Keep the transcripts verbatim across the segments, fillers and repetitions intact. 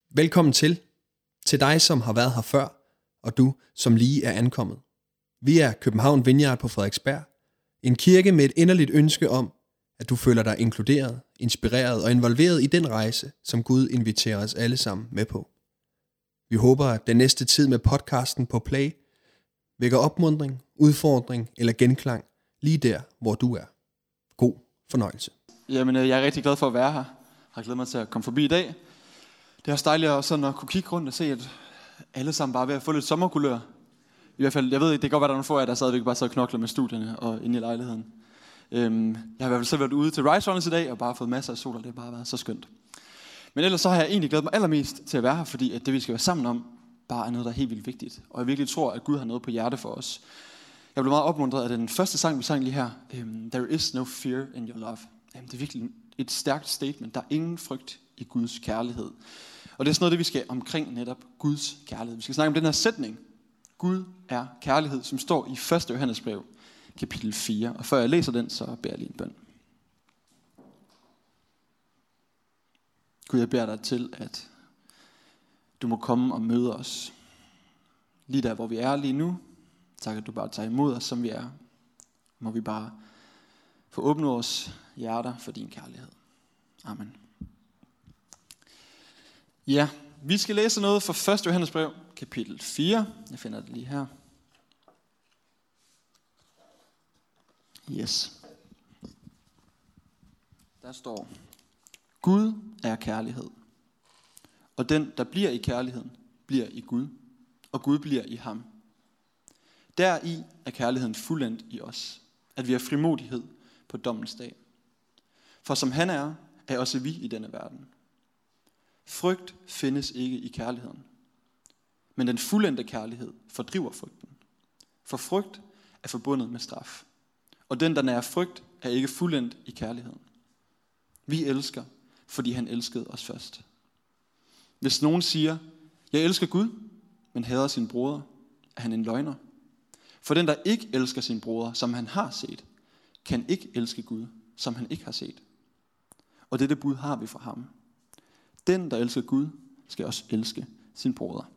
Velkommen til. Til dig, som har været her før, og du, som lige er ankommet. Vi er København Vineyard på Frederiksberg. En kirke med et inderligt ønske om, at du føler dig inkluderet, inspireret og involveret i den rejse, som Gud inviterer os alle sammen med på. Vi håber, at den næste tid med podcasten på Play vækker opmuntring, udfordring eller genklang lige der, hvor du er. God fornøjelse. Jamen, jeg er rigtig glad for at være her. Jeg har glædet mig til at komme forbi i dag. Det er også dejligt at, sådan at kunne kigge rundt og se, at alle sammen bare er ved at få lidt sommerkulør. I hvert fald, jeg ved ikke, det kan godt være, der er nogle få af jer, der sad, vi bare sad og knokler med studierne og inde i lejligheden. Øhm, jeg har i hvert fald selv været ude til Rise Runners i dag og bare fået masser af sol, og det har bare været så skønt. Men ellers så har jeg egentlig glædet mig allermest til at være her, fordi at det, vi skal være sammen om, bare er noget, der er helt vildt vigtigt. Og jeg virkelig tror, at Gud har noget på hjerte for os. Jeg blev meget opmuntret af den første sang, vi sang lige her. Um, There is no fear in your love. Um, det er virkelig et stærkt statement. Der er ingen frygt i Guds kærlighed. Og det er sådan noget, det vi skal omkring netop Guds kærlighed. Vi skal snakke om den her sætning. Gud er kærlighed, som står i første Johannes brev, kapitel fire. Og før jeg læser den, så beder jeg lige en bøn. Gud, jeg beder dig til, at du må komme og møde os. Lige der, hvor vi er lige nu. Tak, at du bare tager imod os, som vi er. Må vi bare få åbnet vores hjerter for din kærlighed. Amen. Ja, vi skal læse noget fra første Johannes brev, kapitel fire. Jeg finder det lige her. Yes. Der står: Gud er kærlighed. Og den, der bliver i kærligheden, bliver i Gud. Og Gud bliver i ham. Deri er kærligheden fuldendt i os, at vi har frimodighed på dommens dag. For som han er, er også vi i denne verden. Frygt findes ikke i kærligheden, men den fuldendte kærlighed fordriver frygten. For frygt er forbundet med straf, og den, der nærer frygt, er ikke fuldendt i kærligheden. Vi elsker, fordi han elskede os først. Hvis nogen siger, jeg elsker Gud, men hader sin broder, er han en løgner. For den, der ikke elsker sin broder, som han har set, kan ikke elske Gud, som han ikke har set. Og dette bud har vi fra ham. Den, der elsker Gud, skal også elske sin broder.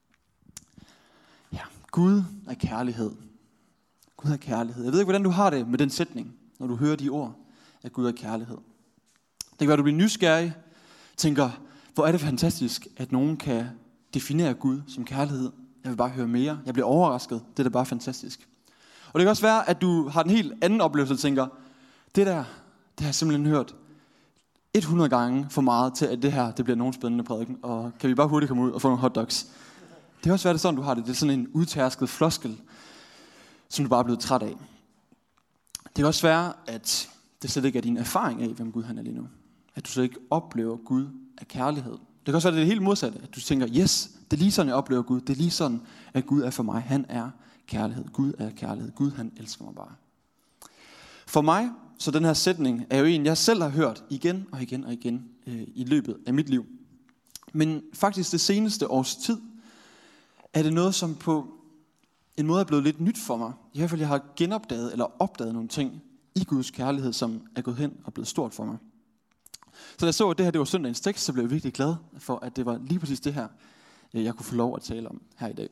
Ja, Gud er kærlighed. Gud er kærlighed. Jeg ved ikke, hvordan du har det med den sætning, når du hører de ord, at Gud er kærlighed. Det kan være, at du bliver nysgerrig, tænker, hvor er det fantastisk, at nogen kan definere Gud som kærlighed. Jeg vil bare høre mere. Jeg bliver overrasket. Det er da bare fantastisk. Og det kan også være, at du har en helt anden oplevelse og tænker, det der, det har jeg simpelthen hørt hundrede gange for meget til, at det her, det bliver nogen spændende prædiken. Og kan vi bare hurtigt komme ud og få nogle hotdogs? Det kan også være, det sådan, du har det. Det er sådan en udtærsket floskel, som du bare er blevet træt af. Det kan også være, at det slet ikke er din erfaring af, hvem Gud han er lige nu. At du slet ikke oplever Gud af kærlighed. Det kan også være, det er det helt modsatte. At du tænker, yes, det er lige sådan, jeg oplever Gud. Det er lige sådan, at Gud er for mig. Han er kærlighed. Gud er kærlighed. Gud, han elsker mig bare. For mig, så den her sætning, er jo en, jeg selv har hørt igen og igen og igen øh, i løbet af mit liv. Men faktisk det seneste års tid, er det noget, som på en måde er blevet lidt nyt for mig. I hvert fald, jeg har genopdaget eller opdaget nogle ting i Guds kærlighed, som er gået hen og blevet stort for mig. Så da jeg så, at det her det var søndagens tekst, så blev jeg virkelig glad for, at det var lige præcis det her, jeg kunne få lov at tale om her i dag.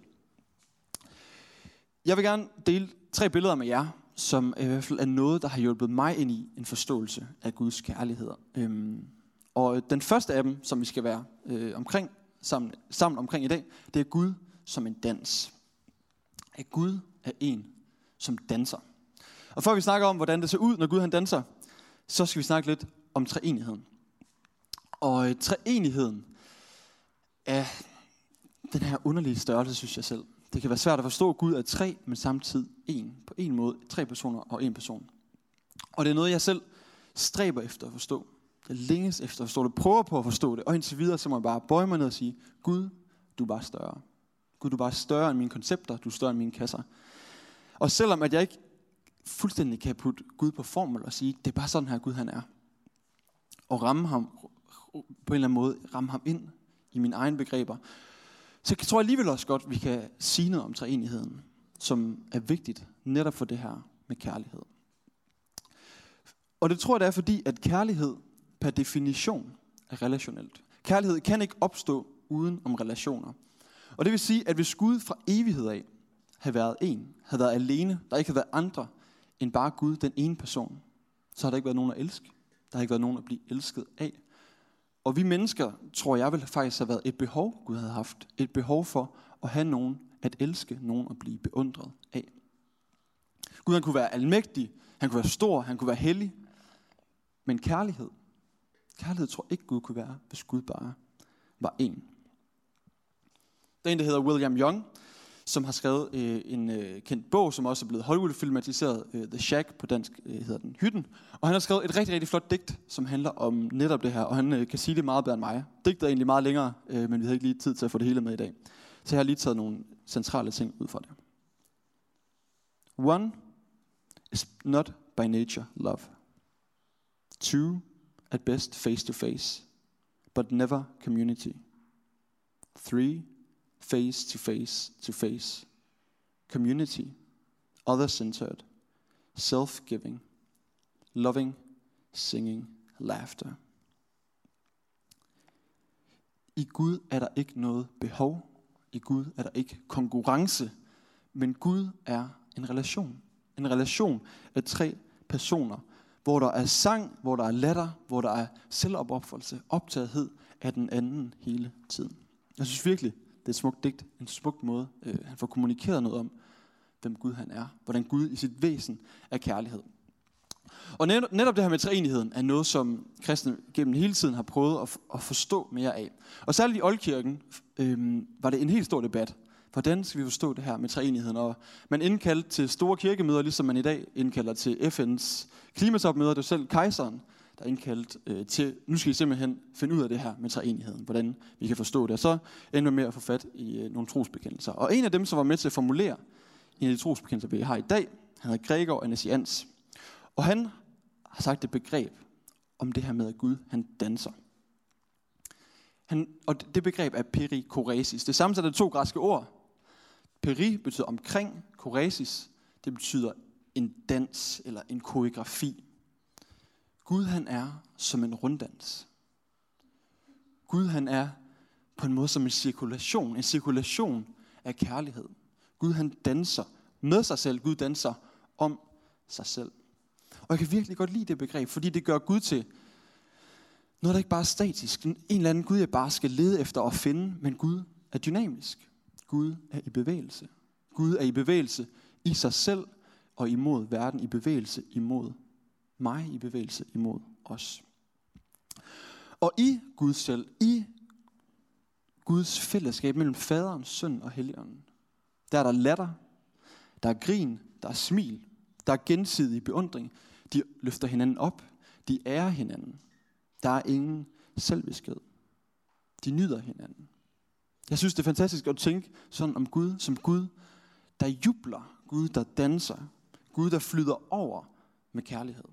Jeg vil gerne dele tre billeder med jer, som i hvert fald er noget, der har hjulpet mig ind i en forståelse af Guds kærlighed. Øhm, og den første af dem, som vi skal være øh, omkring, sammen, sammen omkring i dag, det er Gud som en dans. At Gud er en, som danser. Og før vi snakker om, hvordan det ser ud, når Gud han danser, så skal vi snakke lidt om treenigheden. Og øh, treenigheden er den her underlige størrelse, synes jeg selv. Det kan være svært at forstå, at Gud er tre, men samtidig en. På en måde, tre personer og en person. Og det er noget, jeg selv stræber efter at forstå. Jeg længes efter at forstå det, prøver på at forstå det, og indtil videre, så må jeg bare bøje mig ned og sige, Gud, du er bare større. Gud, du er bare større end mine koncepter, du er større end mine kasser. Og selvom at jeg ikke fuldstændig kan putte Gud på formel og sige, det er bare sådan her, Gud han er. Og ramme ham, på en eller anden måde, ramme ham ind i mine egne begreber, så jeg tror alligevel også godt, vi kan sige noget om treenigheden, som er vigtigt netop for det her med kærlighed. Og det tror jeg, det er fordi, at kærlighed per definition er relationelt. Kærlighed kan ikke opstå uden om relationer. Og det vil sige, at hvis Gud fra evighed af havde været en, havde været alene, der ikke havde været andre end bare Gud, den ene person, så har der ikke været nogen at elske. Der har ikke været nogen at blive elsket af. Og vi mennesker, tror jeg, vil faktisk have været et behov, Gud havde haft. Et behov for at have nogen at elske, nogen at blive beundret af. Gud han kunne være almægtig, han kunne være stor, han kunne være hellig. Men kærlighed, kærlighed tror ikke Gud kunne være, hvis Gud bare var en. Der er en, der hedder William Young, som har skrevet øh, en øh, kendt bog, som også er blevet Hollywood-filmatiseret, øh, The Shack, på dansk øh, hedder den Hytten. Og han har skrevet et rigtig, rigtig flot digt, som handler om netop det her, og han øh, kan sige det meget bedre end mig. Digtet er egentlig meget længere, øh, men vi havde ikke lige tid til at få det hele med i dag. Så jeg har lige taget nogle centrale ting ud fra det. One is not by nature love. Two, at best face to face, but never community. Three, face to face to face. Community, other-centered, self-giving, loving, singing, laughter. I Gud er der ikke noget behov. I Gud er der ikke konkurrence. Men Gud er en relation. En relation af tre personer, hvor der er sang, hvor der er latter, hvor der er selvopopfordrelse, optagethed af den anden hele tiden. Jeg synes virkelig, det er et smukt digt, en smuk måde. Øh, han får kommunikeret noget om, hvem Gud han er. Hvordan Gud i sit væsen er kærlighed. Og netop, netop det her med treenigheden er noget, som kristne gennem hele tiden har prøvet at, at forstå mere af. Og særligt i Oldkirken øh, var det en helt stor debat. Hvordan skal vi forstå det her med treenigheden? Og man indkaldte til store kirkemøder, ligesom man i dag indkalder til F N's klimatopmøder. Det er selv kejseren, der er indkaldt øh, til, nu skal I simpelthen finde ud af det her med treenigheden, hvordan vi kan forstå det. Og så ender vi med at få fat i øh, nogle trosbekendelser. Og en af dem, som var med til at formulere en af de trosbekendelser, vi har i dag, han hedder Gregor Anasians. Og han har sagt et begreb om det her med, at Gud han danser. Han, og det begreb er perikoresis. Det er sammensat af to græske ord. Peri betyder omkring, koresis, det betyder en dans eller en koreografi. Gud han er som en runddans. Gud han er på en måde som en cirkulation, en cirkulation af kærlighed. Gud han danser med sig selv, Gud danser om sig selv. Og jeg kan virkelig godt lide det begreb, fordi det gør Gud til noget, der ikke bare er statisk. En eller anden Gud, jeg bare skal lede efter og finde, men Gud er dynamisk. Gud er i bevægelse. Gud er i bevægelse i sig selv og imod verden, i bevægelse imod mig, i bevægelse imod os. Og i Gud selv, i Guds fællesskab mellem faderen, søn og helligånden, der er der latter, der er grin, der er smil, der er gensidig beundring. De løfter hinanden op, de ærer hinanden. Der er ingen selviskhed. De nyder hinanden. Jeg synes, det er fantastisk at tænke sådan om Gud, som Gud, der jubler, Gud, der danser, Gud, der flyder over med kærlighed.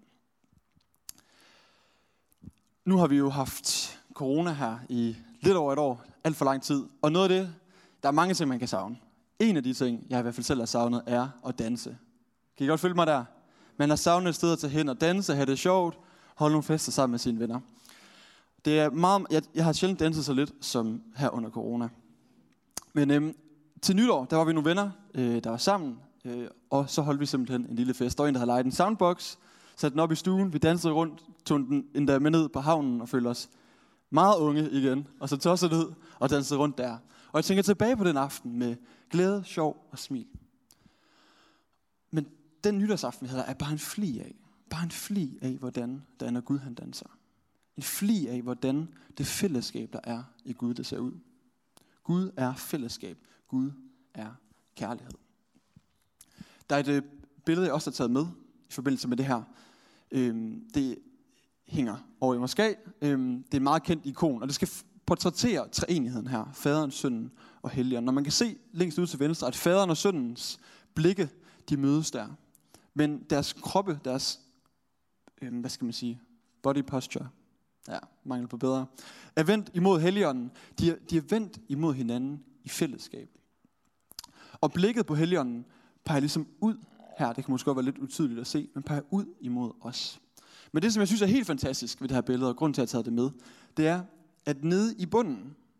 Nu har vi jo haft corona her i lidt over et år, alt for lang tid, og noget af det, der er mange ting, man kan savne. En af de ting, jeg i hvert fald selv har savnet, er at danse. Kan I godt følge mig der? Man har savnet et sted at tage hen og danse, have det sjovt, holde nogle fester sammen med sine venner. Det er meget, jeg, jeg har sjældent danset så lidt som her under corona. Men øhm, til nytår, der var vi nogle venner, øh, der var sammen, øh, og så holdt vi simpelthen en lille fest. Der var en, der havde lejet en soundbox, satte den op i stuen, vi dansede rundt, tog den endda med ned på havnen og følte os meget unge igen, og så tossede ned og dansede rundt der. Og jeg tænker tilbage på den aften med glæde, sjov og smil. Men den nytårsaften, vi havde, er bare en fli af. Bare en fli af, hvordan der er, når Gud han danser. En fli af, hvordan det fællesskab, der er i Gud, det ser ud. Gud er fællesskab. Gud er kærlighed. Der er et øh, billede, jeg også har taget med i forbindelse med det her. Øhm, det hænger over i Moskva. Øhm, det er et meget kendt ikon, og det skal portrættere treenigheden her. Faderen, sønnen og helligånden. Når man kan se længst ud til venstre, at faderen og sønnens blikke, de mødes der. Men deres kroppe, deres, øhm, hvad skal man sige, body posture, ja, mangel på bedre, er vendt imod helligånden. De er, de er vendt imod hinanden i fællesskab. Og blikket på helligånden peger ligesom ud her. Det kan måske godt være lidt utydeligt at se, men peger ud imod os. Men det, som jeg synes er helt fantastisk ved det her billede, og grunden til, at jeg har taget det med, det er, at nede i bunden,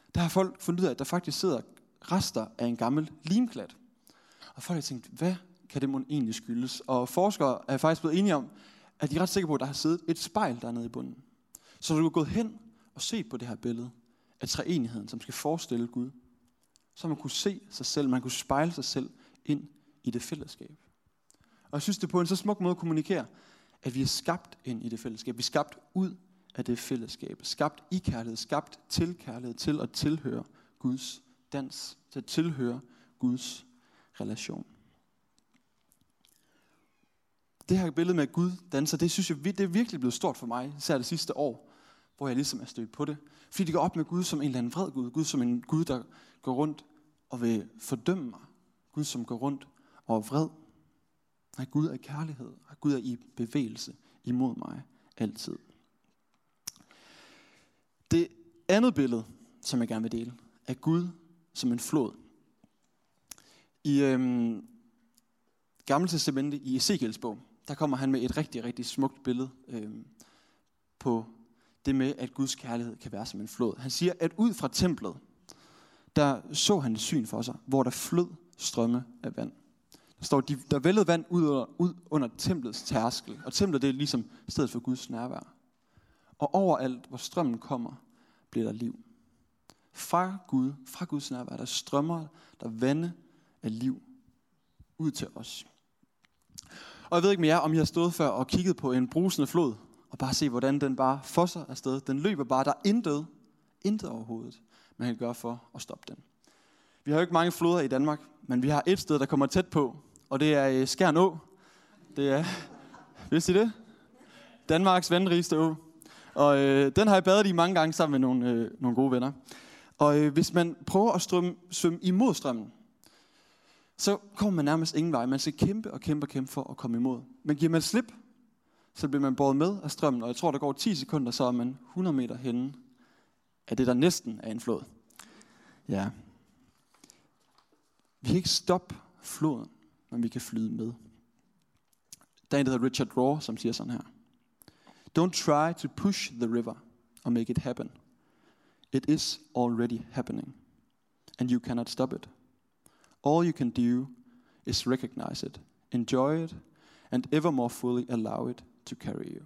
der har folk fundet ud af, at der faktisk sidder rester af en gammel limklat. Og folk har tænkt, hvad kan det mon egentlig skyldes? Og forskere er faktisk blevet enige om, at de er ret sikre på, at der har siddet et spejl dernede i bunden. Så du er gået hen og set på det her billede af treenigheden, som skal forestille Gud. Så man kunne se sig selv, man kunne spejle sig selv ind i det fællesskab. Og jeg synes, det er på en så smuk måde at kommunikere, at vi er skabt ind i det fællesskab. Vi er skabt ud af det fællesskab. Skabt i kærlighed, skabt til kærlighed, til at tilhøre Guds dans, til at tilhøre Guds relation. Det her billede med, at Gud danser, det synes jeg, det er virkelig blevet stort for mig, især det sidste år, hvor jeg ligesom er stødt på det. Fordi det går op med Gud som en eller anden vred Gud. Gud som en Gud, der går rundt og vil fordømme mig. Gud, som går rundt og er vred. Nej, Gud er kærlighed, og Gud er i bevægelse imod mig altid. Det andet billede, som jeg gerne vil dele, er Gud som en flod. I øhm, Gamle Testamente, i Ezekiels bog, der kommer han med et rigtig, rigtig smukt billede øhm, på det med, at Guds kærlighed kan være som en flod. Han siger, at ud fra templet, der så han et syn for sig, hvor der flød strømme af vand. Der står, der vældede vand ud under, ud under templets tærskel. Og templet, det er ligesom stedet for Guds nærvær. Og overalt, hvor strømmen kommer, bliver der liv. Fra Gud, fra Guds nærvær, der strømmer der vande af liv ud til os. Og jeg ved ikke med jer, om I har stået før og kigget på en brusende flod, og bare se, hvordan den bare fosser afsted. Den løber bare, der er intet, intet overhovedet, man kan gøre for at stoppe den. Vi har jo ikke mange floder i Danmark, men vi har et sted, der kommer tæt på, og det er Skjern Å. Det er, vidste I det? Danmarks vandrigeste å. Og øh, den har jeg badet i mange gange sammen med nogle, øh, nogle gode venner. Og øh, hvis man prøver at strømme, svømme imod strømmen, så kommer man nærmest ingen vej. Man skal kæmpe og kæmpe og kæmpe for at komme imod. Men giver man slip, så bliver man båret med af strømmen, og jeg tror, der går ti sekunder, så er man hundrede meter henne af det, der næsten er en flod. Ja. Vi kan ikke stoppe floden, men vi kan flyde med. Der er en, der hedder Richard Rohr, som siger sådan her. Don't try to push the river or make it happen. It is already happening, and you cannot stop it. All you can do is recognize it, enjoy it, and ever more fully allow it to carry you.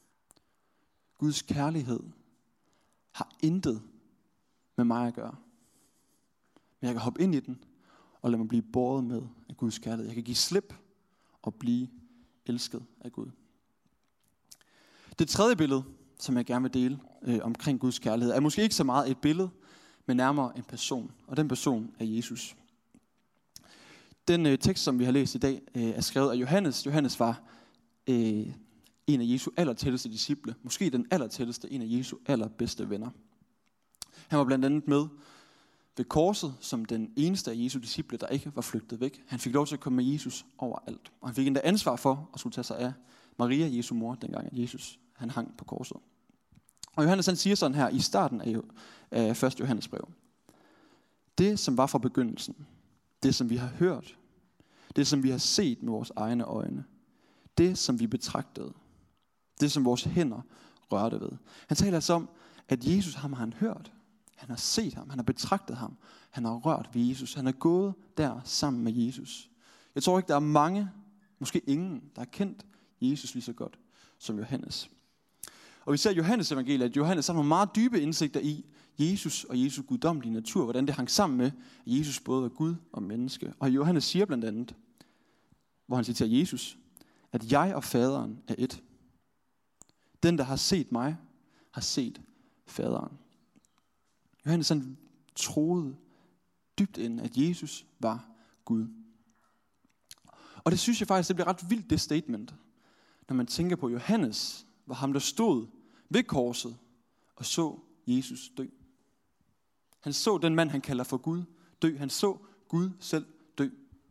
Guds kærlighed har intet med mig at gøre. Men jeg kan hoppe ind i den, og lade mig blive båret med af Guds kærlighed. Jeg kan give slip og blive elsket af Gud. Det tredje billede, som jeg gerne vil dele øh, omkring Guds kærlighed, er måske ikke så meget et billede, men nærmere en person. Og den person er Jesus. Den øh, tekst, som vi har læst i dag, øh, er skrevet af Johannes. Johannes var øh, en af Jesu allertætteste disciple. Måske den allertætteste, en af Jesu allerbedste venner. Han var blandt andet med ved korset, som den eneste af Jesu disciple, der ikke var flygtet væk. Han fik lov til at komme med Jesus overalt. Og han fik endda ansvar for at skulle tage sig af Maria, Jesu mor, dengang at Jesus han hang på korset. Og Johannes han siger sådan her i starten af, af første Johannes brev. Det, som var fra begyndelsen, det, som vi har hørt, det, som vi har set med vores egne øjne, det, som vi betragtede, det, som vores hænder rørte ved. Han taler altså om, at Jesus ham har han hørt. Han har set ham, han har betragtet ham, han har rørt ved Jesus, han er gået der sammen med Jesus. Jeg tror ikke, der er mange, måske ingen, der har kendt Jesus lige så godt som Johannes. Og vi ser i Johannes evangeliet, at Johannes har nogle meget dybe indsigter i Jesus og Jesu guddommelige natur, hvordan det hang sammen med, at Jesus både var Gud og menneske. Og Johannes siger blandt andet, hvor han citerer Jesus, at jeg og faderen er et. Den, der har set mig, har set faderen. Johannes han troede dybt ind, at Jesus var Gud. Og det synes jeg faktisk, det bliver ret vildt, det statement, når man tænker på Johannes, var ham, der stod ved korset og så Jesus dø. Han så den mand, han kalder for Gud, dø. Han så Gud selv dø.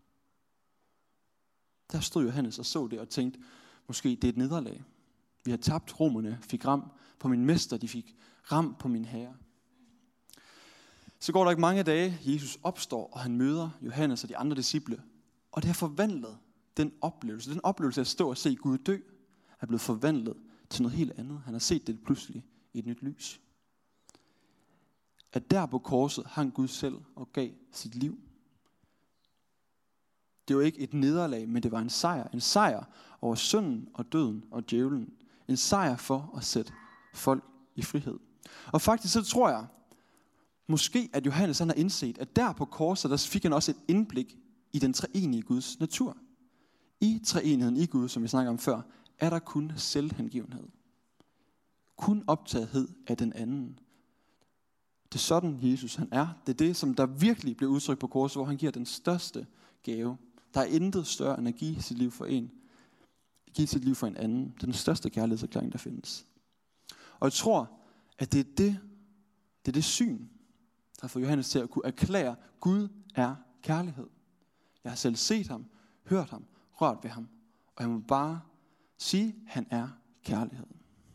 Der stod Johannes og så det og tænkte, måske det er et nederlag. Vi har tabt, romerne fik ram på min mester, de fik ram på min herre. Så går der ikke mange dage, Jesus opstår, og han møder Johannes og de andre disciple. Og det har forvandlet den oplevelse. Den oplevelse af at stå og se Gud dø, er blevet forvandlet til noget helt andet. Han har set det pludselig i et nyt lys. at der på korset hang Gud selv og gav sit liv. Det var ikke et nederlag, men det var en sejr. En sejr over synden og døden og djævlen. En sejr for at sætte folk i frihed. Og faktisk så tror jeg, måske at Johannes han har indset, at der på korset, der fik han også et indblik i den treenige Guds natur. I treenigheden i Gud, som vi snakker om før, er der kun selvhengivenhed. Kun optagethed af den anden. Det er sådan Jesus han er. Det er det, som der virkelig bliver udtrykt på korset, hvor han giver den største gave. Der er intet større end at give sit liv for en. Give sit liv for en anden. Det er den største kærlighedserklæring, der findes. Og jeg tror, at det er det, det, er det syn, der får Johannes til at kunne erklære, at Gud er kærlighed. Jeg har selv set ham, hørt ham, rørt ved ham. Og jeg må bare sige, at han er kærlighed.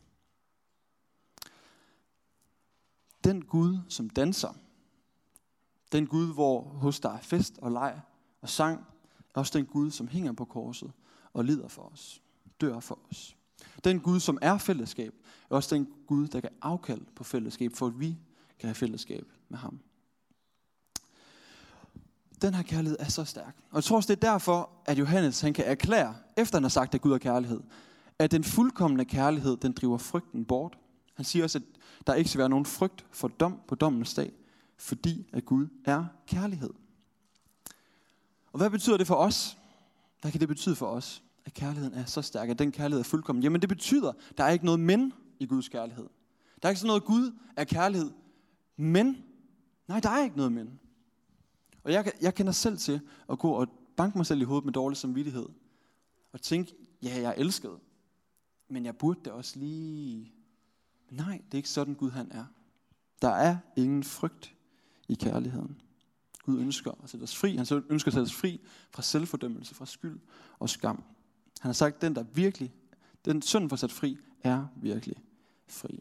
Den Gud, som danser, den Gud, hvor hos der er fest og leg og sang, er også den Gud, som hænger på korset og lider for os, dør for os. Den Gud, som er fællesskab, er også den Gud, der kan afkalde på fællesskab, for at vi kan have fællesskab med ham. Den her kærlighed er så stærk. Og jeg tror også, det er derfor, at Johannes han kan erklære, efter han har sagt, at Gud er kærlighed, at den fuldkomne kærlighed, den driver frygten bort. Han siger også, at der ikke skal være nogen frygt for dom på dommens dag, fordi at Gud er kærlighed. Og hvad betyder det for os? Hvad kan det betyde for os, at kærligheden er så stærk, at den kærlighed er fuldkommen? Jamen det betyder, at der er ikke noget men i Guds kærlighed. Der er ikke sådan noget, Gud er kærlighed, men. Nej, der er ikke noget men. Og jeg, jeg kender selv til at gå og banke mig selv i hovedet med dårlig samvittighed. Og tænke, ja, jeg er elsket, men jeg burde det også lige. Nej, det er ikke sådan Gud han er. Der er ingen frygt i kærligheden. Gud ønsker at sætte os fri. Han ønsker at sætte os fri fra selvfordømmelse, fra skyld og skam. Han har sagt, at den der virkelig, den synd for sat fri, er virkelig fri.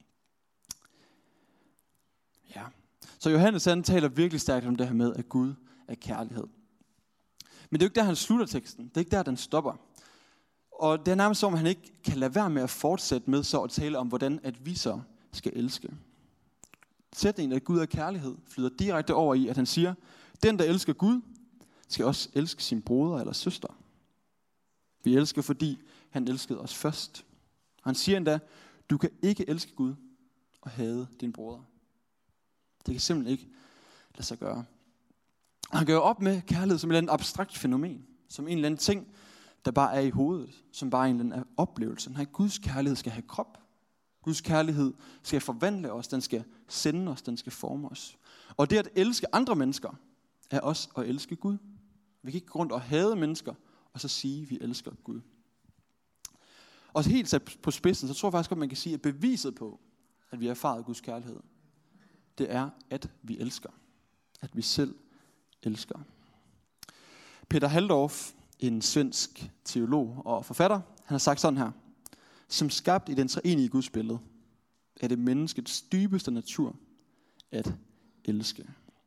Ja. Så Johannes han taler virkelig stærkt om det her med, at Gud er kærlighed. Men det er jo ikke der, han slutter teksten. Det er ikke der, den stopper. Og det er nærmest som, at han ikke kan lade være med at fortsætte med så at tale om, hvordan at vi så skal elske. Sætningen, at Gud er kærlighed, flyder direkte over i, at han siger, den, der elsker Gud, skal også elske sin broder eller søster. Vi elsker, fordi han elskede os først. Han siger endda, du kan ikke elske Gud og hade din broder. Det kan simpelthen ikke lade sig gøre. Han gør op med kærlighed som et eller andet abstrakt fænomen, som en eller anden ting, der bare er i hovedet, som bare er en eller anden oplevelse. Nej, Guds kærlighed skal have krop. Guds kærlighed skal forvandle os, den skal sende os, den skal forme os. Og det at elske andre mennesker, er også at elske Gud. Vi kan ikke gå rundt og hade mennesker, og så sige, at vi elsker Gud. Og helt sat på spidsen, så tror jeg faktisk, at man kan sige, at beviset på, at vi har erfaret Guds kærlighed, det er, at vi elsker. At vi selv elsker. Peter Halldorf, en svensk teolog og forfatter, han har sagt sådan her. Som skabt i den treenige Guds billede, er det menneskets dybeste natur at elske.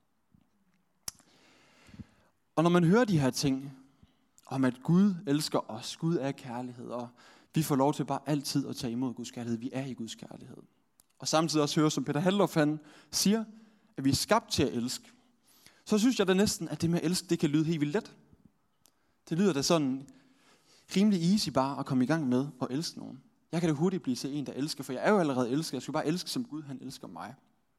Og når man hører de her ting, om at Gud elsker os, Gud er kærlighed, og vi får lov til bare altid at tage imod Guds kærlighed, vi er i Guds kærlighed. Og samtidig også hører, som Peter Halldorf han siger, at vi er skabt til at elske. Så synes jeg da næsten, at det med at elske, det kan lyde helt vildt let. Det lyder da sådan rimelig easy bare at komme i gang med at elske nogen. Jeg kan da hurtigt blive til en, der elsker, for jeg er jo allerede elsket. Jeg skal bare elske, som Gud han elsker mig.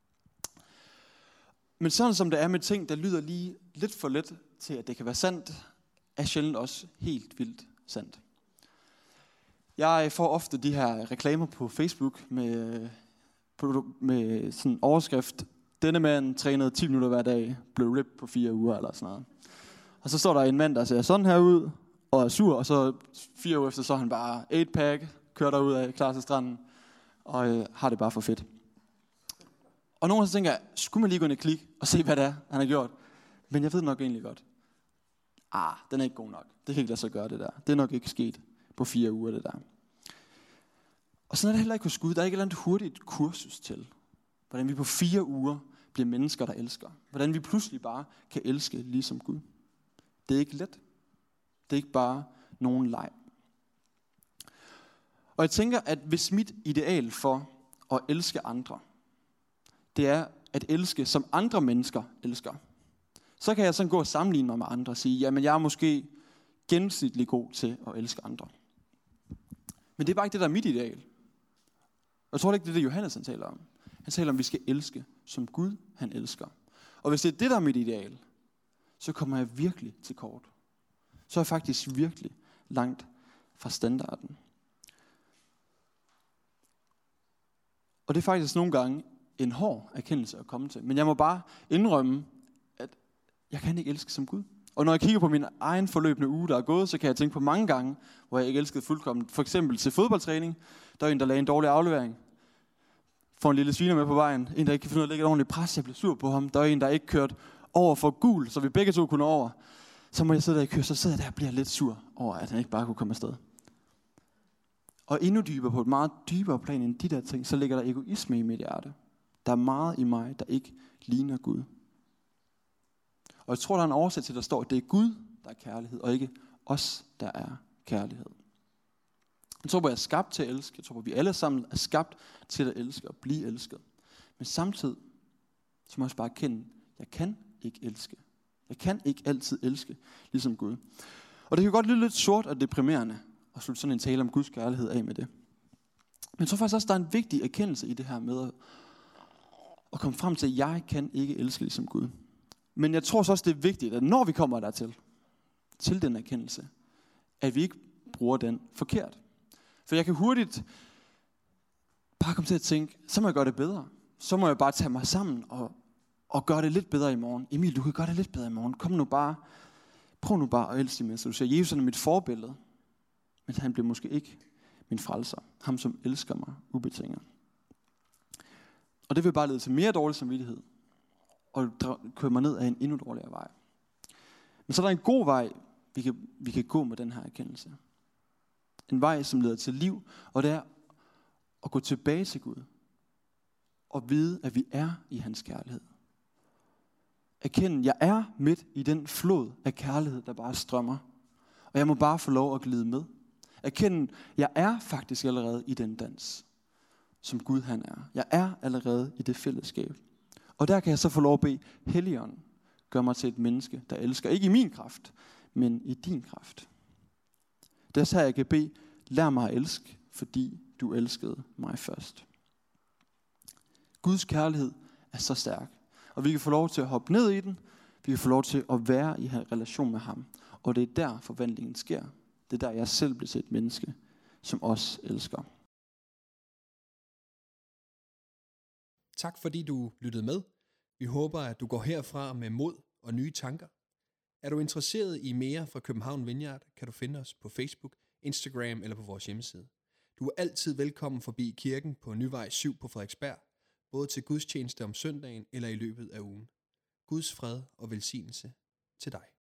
Men sådan som det er med ting, der lyder lige lidt for let til, at det kan være sandt, er sjældent også helt vildt sandt. Jeg får ofte de her reklamer på Facebook med, med sådan en overskrift. Denne mand trænede ti minutter hver dag, blev ripped på fire uger eller sådan noget. Og så står der en mand, der ser sådan her ud, og er sur, og så fire uger efter, så er han bare eight pack, kører derud af, klar til stranden, og øh, har det bare for fedt. Og nogle gange så tænker jeg, skulle man lige gå ind og klikke, og se hvad det er, han har gjort. Men jeg ved nok egentlig godt, ah, den er ikke god nok. Det kan ikke lade sig gøre det der. Det er nok ikke sket på fire uger det der. Og sådan er det heller ikke hos Gud. Der er ikke et eller andet hurtigt kursus til, hvordan vi på fire uger bliver mennesker, der elsker. Hvordan vi pludselig bare kan elske ligesom Gud. Det er ikke let. Det er ikke bare nogen leg. Og jeg tænker, at hvis mit ideal for at elske andre, det er, at elske, som andre mennesker elsker. Så kan jeg sådan gå og sammenligne mig med andre og sige, jamen jeg er måske gennemsnitlig god til at elske andre. Men det er bare ikke det, der er mit ideal. Jeg tror ikke, det er det, Johannes han taler om. Han taler om, at vi skal elske, som Gud han elsker. Og hvis det er det, der er mit ideal, så kommer jeg virkelig til kort. Så er jeg faktisk virkelig langt fra standarden. Og det er faktisk nogle gange en hård erkendelse at komme til. Men jeg må bare indrømme, at jeg kan ikke elske som Gud. Og når jeg kigger på min egen forløbende uge, der er gået, så kan jeg tænke på mange gange, hvor jeg ikke elskede fuldkommen. For eksempel til fodboldtræning, der er en, der lagde en dårlig aflevering. Får en lille sviner med på vejen. En, der ikke kan finde ud af at lægge et ordentligt pres. Jeg blev sur på ham. Der er en, der ikke kørt over for gul, så vi begge to kunne over. Så må jeg sidde der i kø, så sidder jeg der og bliver lidt sur over, at han ikke bare kunne komme afsted. Og endnu dybere, på et meget dybere plan end de der ting, så ligger der egoisme i mit hjerte. Der er meget i mig, der ikke ligner Gud. Og jeg tror, der er en årsag til, at der står, at det er Gud, der er kærlighed, og ikke os, der er kærlighed. Jeg tror, at jeg er skabt til at elske. Jeg tror, at vi alle sammen er skabt til at elske og blive elsket. Men samtidig, så må jeg også bare erkende, at jeg kan ikke elske. Jeg kan ikke altid elske, ligesom Gud. Og det kan godt lyde lidt sort og deprimerende, at slutte sådan en tale om Guds kærlighed af med det. Men jeg tror faktisk også, at der er en vigtig erkendelse i det her med at komme frem til, at jeg kan ikke elske ligesom Gud. Men jeg tror også, det er vigtigt, at når vi kommer dertil, til den erkendelse, at vi ikke bruger den forkert. For jeg kan hurtigt bare komme til at tænke, så må jeg gøre det bedre. Så må jeg bare tage mig sammen og, og gøre det lidt bedre i morgen. Emil, du kan gøre det lidt bedre i morgen. Kom nu bare, prøv nu bare at elske de mennesker. Du siger, Jesus er mit forbillede, men han bliver måske ikke min frelser. Ham, som elsker mig ubetinget. Og det vil bare lede til mere dårlig samvittighed, og køre mig ned ad en endnu dårligere vej. Men så er der en god vej, vi kan, vi kan gå med den her erkendelse. En vej, som leder til liv, og det er at gå tilbage til Gud. Og vide, at vi er i hans kærlighed. Erkende, jeg er midt i den flod af kærlighed, der bare strømmer. Og jeg må bare få lov at glide med. Erkende, jeg er faktisk allerede i den dans, som Gud han er. Jeg er allerede i det fællesskab. Og der kan jeg så få lov at bede Helligånden, gør mig til et menneske, der elsker. Ikke i min kraft, men i din kraft. Det er så, jeg kan bede, lær mig at elske, fordi du elskede mig først. Guds kærlighed er så stærk, og vi kan få lov til at hoppe ned i den. Vi kan få lov til at være i en relation med ham. Og det er der forvandlingen sker. Det er der, jeg selv bliver til et menneske, som os elsker. Tak fordi du lyttede med. Vi håber, at du går herfra med mod og nye tanker. Er du interesseret i mere fra København Vineyard, kan du finde os på Facebook, Instagram eller på vores hjemmeside. Du er altid velkommen forbi kirken på Nyvej syv på Frederiksberg, både til gudstjeneste om søndagen eller i løbet af ugen. Guds fred og velsignelse til dig.